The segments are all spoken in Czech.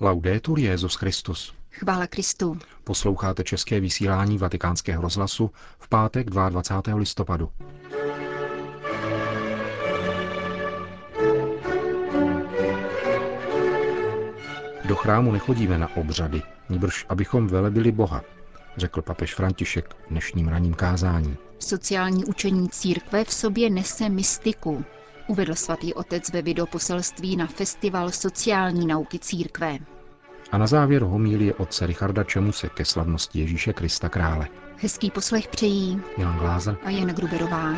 Laudetur Jesus Christus. Chvála Kristu. Posloucháte české vysílání Vatikánského rozhlasu v pátek 22. listopadu. Do chrámu nechodíme na obřady, nýbrž abychom velebili Boha, řekl papež František v dnešním ranním kázání. Sociální učení církve v sobě nese mystiku, uvedl svatý otec ve videoposelství na festival sociální nauky církve. A na závěr homilie otce Richarda Čemuse ke slavnosti Ježíše Krista krále. Hezký poslech přejí Milan Glázer a Jana Gruberová.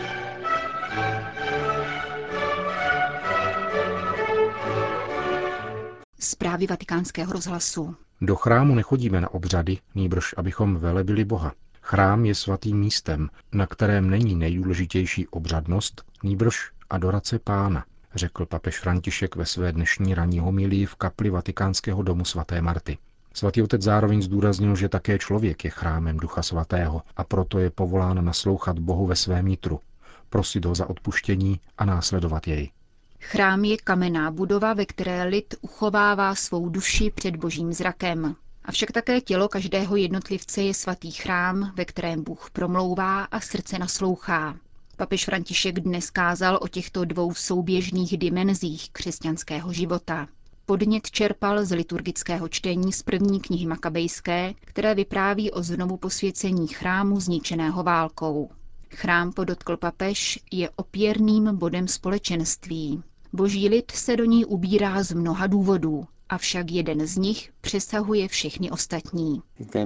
Zprávy Vatikánského rozhlasu. Do chrámu nechodíme na obřady, nýbrž abychom velebili Boha. Chrám je svatým místem, na kterém není nejdůležitější obřadnost, nýbrž adorace Pána, řekl papež František ve své dnešní ranní homilii v kapli Vatikánského domu svaté Marty. Svatý otec zároveň zdůraznil, že také člověk je chrámem Ducha Svatého a proto je povolán naslouchat Bohu ve svém nitru, prosit ho za odpuštění a následovat jej. Chrám je kamenná budova, ve které lid uchovává svou duši před božím zrakem. Avšak také tělo každého jednotlivce je svatý chrám, ve kterém Bůh promlouvá a srdce naslouchá. Papež František dnes kázal o těchto dvou souběžných dimenzích křesťanského života. Podnět čerpal z liturgického čtení z první knihy Makabejské, které vypráví o znovu posvěcení chrámu zničeného válkou. Chrám, podotkl papež, je opěrným bodem společenství. Boží lid se do ní ubírá z mnoha důvodů, avšak jeden z nich přesahuje všechny ostatní.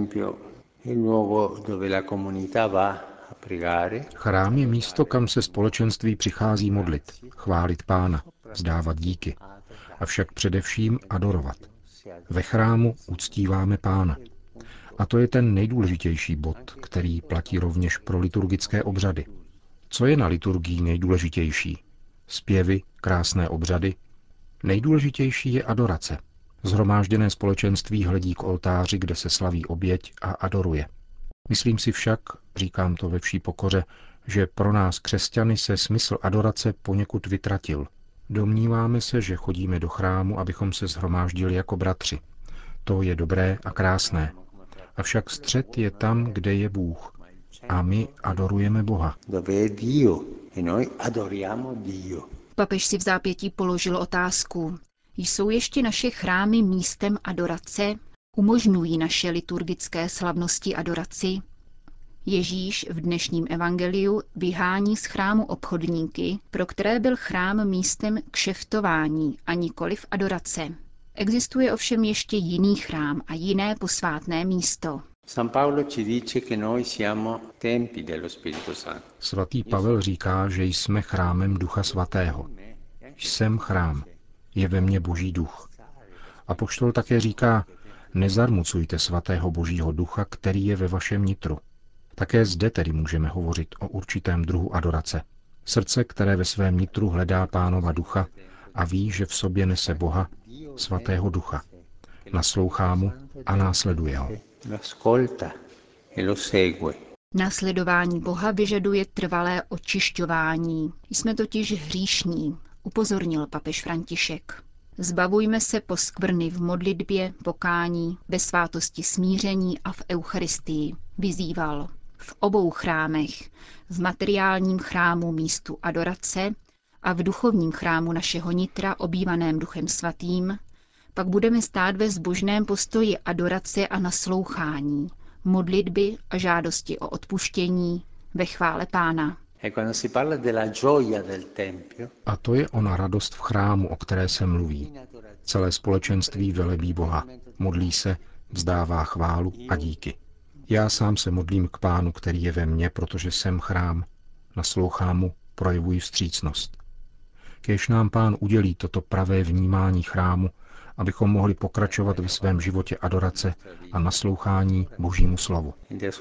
Chrám je místo, kam se společenství přichází modlit, chválit Pána, vzdávat díky, avšak především adorovat. Ve chrámu uctíváme Pána. A to je ten nejdůležitější bod, který platí rovněž pro liturgické obřady. Co je na liturgii nejdůležitější? Zpěvy, krásné obřady? Nejdůležitější je adorace. Shromážděné společenství hledí k oltáři, kde se slaví oběť a adoruje. Myslím si však, říkám to ve vší pokoře, že pro nás křesťany se smysl adorace poněkud vytratil. Domníváme se, že chodíme do chrámu, abychom se shromáždili jako bratři. To je dobré a krásné. Avšak střed je tam, kde je Bůh. A my adorujeme Boha. Papež si v zápětí položil otázku. Jsou ještě naše chrámy místem adorace? Umožňují naše liturgické slavnosti adoraci? Ježíš v dnešním evangeliu vyhání z chrámu obchodníky, pro které byl chrám místem kšeftování a nikoliv adorace. Existuje ovšem ještě jiný chrám a jiné posvátné místo. Svatý Pavel říká, že jsme chrámem Ducha Svatého. Jsem chrám, je ve mně Boží duch. Apoštol také říká, nezarmucujte svatého Božího ducha, který je ve vašem nitru. Také zde tedy můžeme hovořit o určitém druhu adorace. Srdce, které ve svém nitru hledá Pánova ducha a ví, že v sobě nese Boha, svatého ducha. Naslouchá mu a následuje ho. Následování Boha vyžaduje trvalé očišťování. Jsme totiž hříšní, upozornil papež František. Zbavujme se poskvrny v modlitbě, pokání, ve svátosti smíření a v eucharistii, vyzýval. V obou chrámech, v materiálním chrámu místu adorace a v duchovním chrámu našeho nitra obývaném Duchem Svatým, pak budeme stát ve zbožném postoji adorace a naslouchání, modlitby a žádosti o odpuštění ve chvále Pána. A to je ona radost v chrámu, o které se mluví. Celé společenství velebí Boha, modlí se, vzdává chválu a díky. Já sám se modlím k Pánu, který je ve mně, protože jsem chrám. Naslouchám mu, projevuji vstřícnost. Kéž nám Pán udělí toto pravé vnímání chrámu, abychom mohli pokračovat ve svém životě adorace a naslouchání Božímu slovu.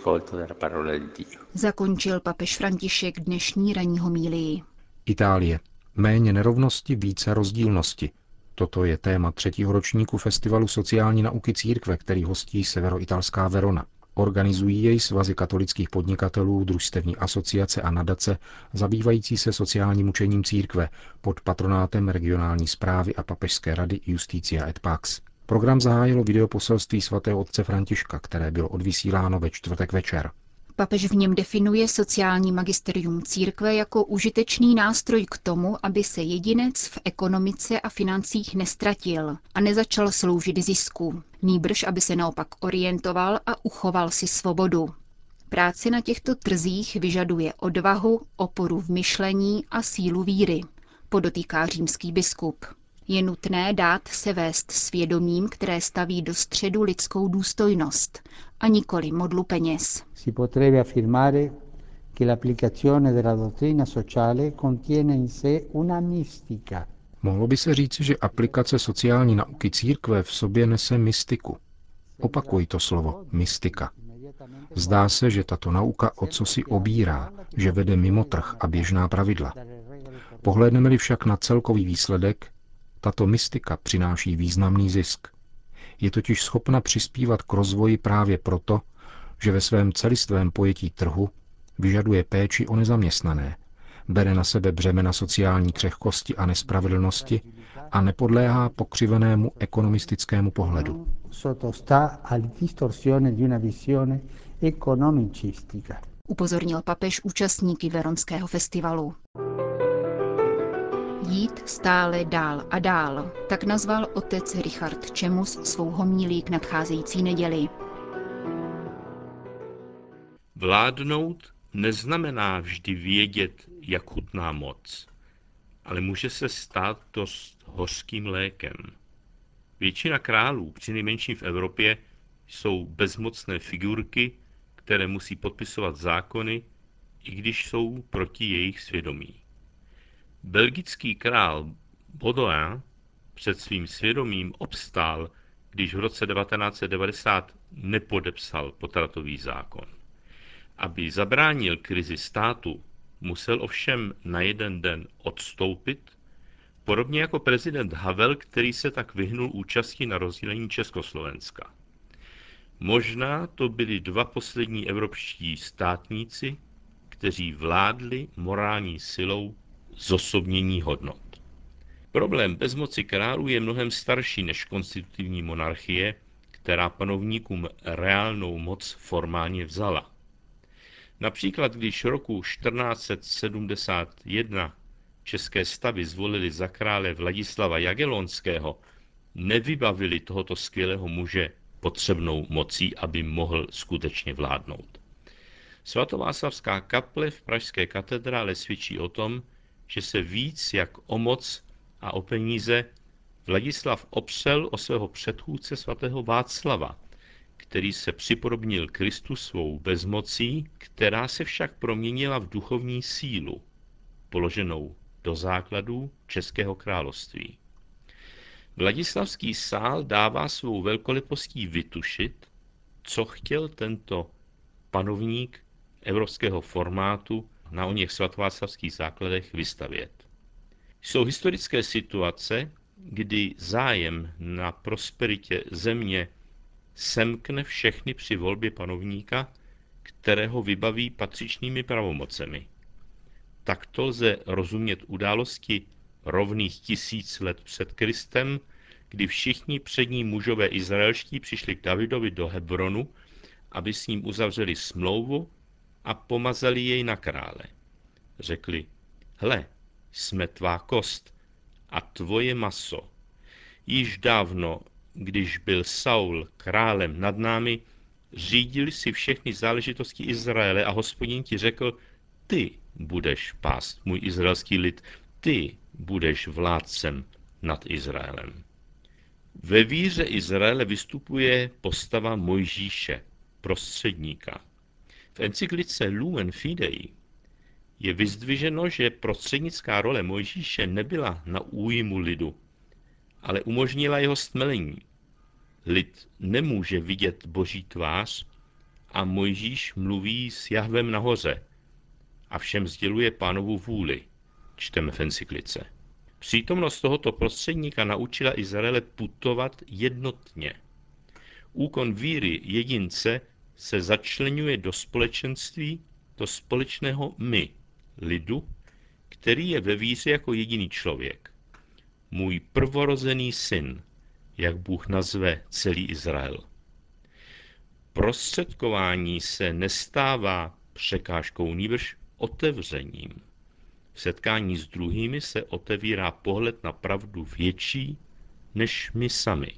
Zakončil papež František dnešní ranní homilii. Itálie. Méně nerovnosti, více rozdílnosti. Toto je téma 3. ročníku Festivalu sociální nauky církve, který hostí severoitalská Verona. Organizují jej svazy katolických podnikatelů, družstevní asociace a nadace zabývající se sociálním učením církve pod patronátem regionální správy a papežské rady Justitia et Pax. Program zahájilo videoposelství svatého otce Františka, které bylo odvysíláno ve čtvrtek večer. Papež v něm definuje sociální magisterium církve jako užitečný nástroj k tomu, aby se jedinec v ekonomice a financích nestratil a nezačal sloužit zisku, nýbrž aby se naopak orientoval a uchoval si svobodu. Práce na těchto trzích vyžaduje odvahu, oporu v myšlení a sílu víry, podotýká římský biskup. Je nutné dát se vést svědomím, které staví do středu lidskou důstojnost a nikoli modlu peněz. Si potrebbe affermare che l'applicazione della dottrina sociale contiene in sé una mistica. Mohlo by se říci, že aplikace sociální nauky církve v sobě nese mystiku. Opakuji to slovo, mystika. Zdá se, že tato nauka o co si obírá, že vede mimo trh a běžná pravidla. Pohlédneme-li však na celkový výsledek, tato mystika přináší významný zisk. Je totiž schopna přispívat k rozvoji právě proto, že ve svém celistvém pojetí trhu vyžaduje péči o nezaměstnané, bere na sebe břemena sociální křehkosti a nespravedlnosti a nepodléhá pokřivenému ekonomistickému pohledu. Upozornil papež účastníky Veronského festivalu. Jít stále dál a dál, tak nazval otec Richard Čemus svou homílí k nadcházející neděli. Vládnout neznamená vždy vědět, jak chutná moc, ale může se stát dost hořkým lékem. Většina králů, přinejmenším v Evropě, jsou bezmocné figurky, které musí podpisovat zákony, i když jsou proti jejich svědomí. Belgický král Baudouin před svým svědomím obstál, když v roce 1990 nepodepsal potratový zákon. Aby zabránil krizi státu, musel ovšem na jeden den odstoupit, podobně jako prezident Havel, který se tak vyhnul účasti na rozdělení Československa. Možná to byli dva poslední evropští státníci, kteří vládli morální silou zosobnění hodnot. Problém bezmoci králů je mnohem starší než konstitutivní monarchie, která panovníkům reálnou moc formálně vzala. Například, když roku 1471 české stavy zvolili za krále Vladislava Jagellonského, nevybavili tohoto skvělého muže potřebnou mocí, aby mohl skutečně vládnout. Svatováclavská kaple v pražské katedrále svědčí o tom, že se víc jak o moc a o peníze Vladislav opřel o svého předchůdce svatého Václava, který se připodobnil Kristu svou bezmocí, která se však proměnila v duchovní sílu, položenou do základů Českého království. Vladislavský sál dává svou velkolepostí vytušit, co chtěl tento panovník evropského formátu na oněch svatováclavských základech vystavět. Jsou historické situace, kdy zájem na prosperitě země semkne všechny při volbě panovníka, kterého vybaví patřičnými pravomocemi. Takto lze rozumět události rovných 1000 let před Kristem, kdy všichni přední mužové izraelští přišli k Davidovi do Hebronu, aby s ním uzavřeli smlouvu a pomazali jej na krále. Řekli, hle, jsme tvá kost a tvoje maso. Již dávno, když byl Saul králem nad námi, řídili si všechny záležitosti Izraele a Hospodin ti řekl, ty budeš pást můj izraelský lid, ty budeš vládcem nad Izraelem. Ve víře Izraele vystupuje postava Mojžíše, prostředníka. V encyklice Lumen Fidei je vyzdviženo, že prostřednická role Mojžíše nebyla na újmu lidu, ale umožnila jeho stmelení. Lid nemůže vidět Boží tvář a Mojžíš mluví s Jahvem nahoře a všem sděluje Pánovu vůli, čteme v encyklice. Přítomnost tohoto prostředníka naučila Izraele putovat jednotně. Úkon víry jedince se začleňuje do společenství, do společného my, lidu, který je ve víře jako jediný člověk. Můj prvorozený syn, jak Bůh nazve celý Izrael. Prostředkování se nestává překážkou, nýbrž otevřením. V setkání s druhými se otevírá pohled na pravdu větší než my sami.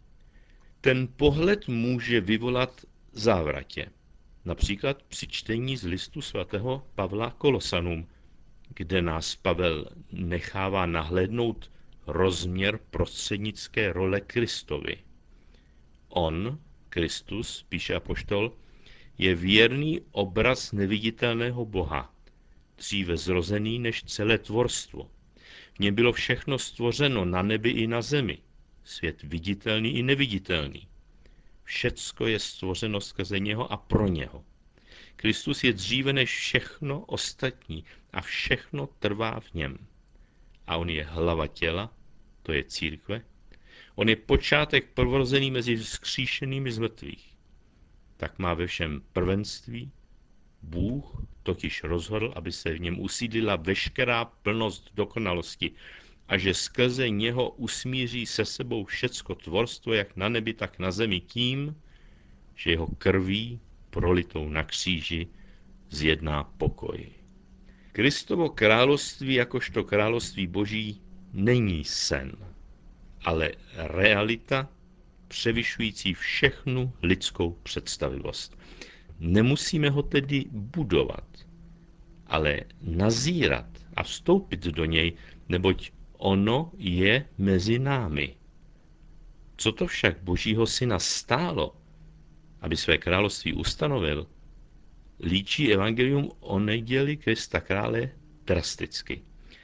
Ten pohled může vyvolat závratě. Například při čtení z listu svatého Pavla Kolosanům, kde nás Pavel nechává nahlédnout rozměr prostřednické role Kristovi. On, Kristus, píše apoštol, je věrný obraz neviditelného Boha, dříve zrozený než celé tvorstvo. V něm bylo všechno stvořeno na nebi i na zemi, svět viditelný i neviditelný. Všecko je stvořeno skrze něho a pro něho. Kristus je dříve než všechno ostatní a všechno trvá v něm. A on je hlava těla, to je církve. On je počátek prvorozený mezi vzkříšenými z mrtvých. Tak má ve všem prvenství. Bůh totiž rozhodl, aby se v něm usídlila veškerá plnost dokonalosti a že skrze něho usmíří se sebou všecko tvorstvo, jak na nebi, tak na zemi tím, že jeho krví prolitou na kříži zjedná pokoj. Kristovo království jakožto království Boží není sen, ale realita převyšující všechnu lidskou představivost. Nemusíme ho tedy budovat, ale nazírat a vstoupit do něj, neboť ono je mezi námi. Co to však Božího syna stálo, aby své království ustanovil, líčí evangelium o neděli Krista krále drasticky.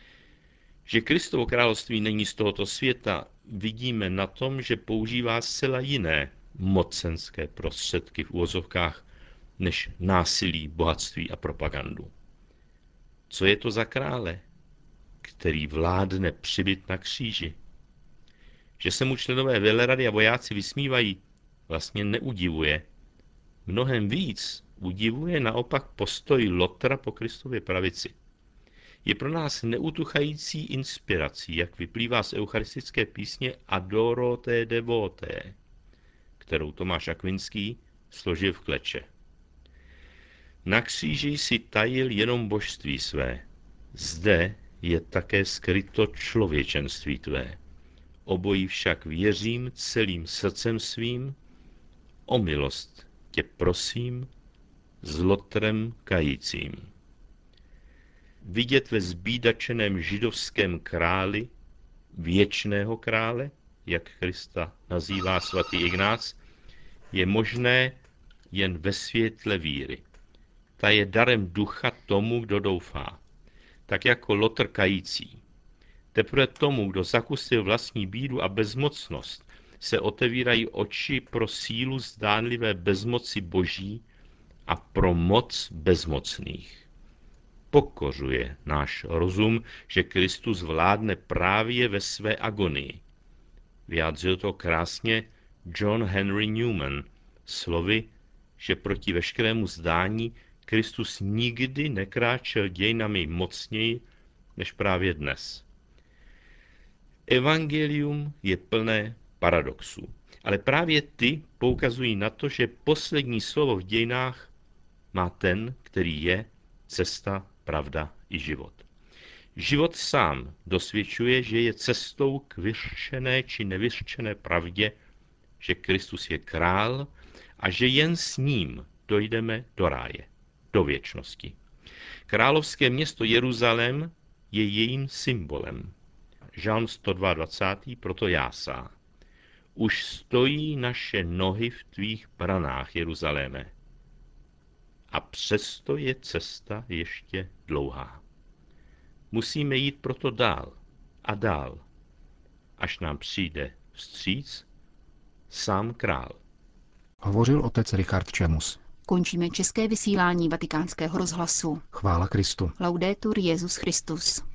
Že Kristovo království není z tohoto světa, vidíme na tom, že používá zcela jiné mocenské prostředky v uvozovkách než násilí, bohatství a propagandu. Co je to za krále, který vládne přibyt na kříži? Že se mu členové velerady a vojáci vysmívají, vlastně neudivuje. Mnohem víc udivuje naopak postoj Lotra po Kristově pravici. Je pro nás neutuchající inspirací, jak vyplývá z eucharistické písně Adoro te devote, kterou Tomáš Akvinský složil v kleče. Na kříži si tajil jenom božství své, zde je také skryto člověčenství tvé. Obojí však věřím celým srdcem svým, o milost tě prosím, s Lotrem kajícím. Vidět ve zbídačeném židovském králi, věčného krále, jak Krista nazývá svatý Ignác, je možné jen ve světle víry. Ta je darem ducha tomu, kdo doufá, tak jako Lotr kající. Teprve tomu, kdo zakusil vlastní bídu a bezmocnost, se otevírají oči pro sílu zdánlivé bezmoci Boží a pro moc bezmocných. Pokořuje náš rozum, že Kristus vládne právě ve své agonii. Vyjádřil to krásně John Henry Newman slovy, že proti veškerému zdání Kristus nikdy nekráčel dějinami mocněji než právě dnes. Evangelium je plné paradoxů, ale právě ty poukazují na to, že poslední slovo v dějinách má ten, který je cesta, pravda i život. Život sám dosvědčuje, že je cestou k vyřčené či nevyřčené pravdě, že Kristus je král a že jen s ním dojdeme do ráje, do věčnosti. Královské město Jeruzalém je jejím symbolem. Žalm 122. proto jásá. Už stojí naše nohy v tvých branách, Jeruzaléme. A přesto je cesta ještě dlouhá. Musíme jít proto dál a dál, až nám přijde vstříc sám král. Hovořil otec Richard Čemus. Končíme české vysílání Vatikánského rozhlasu. Chvála Kristu. Laudetur Jesus Christus.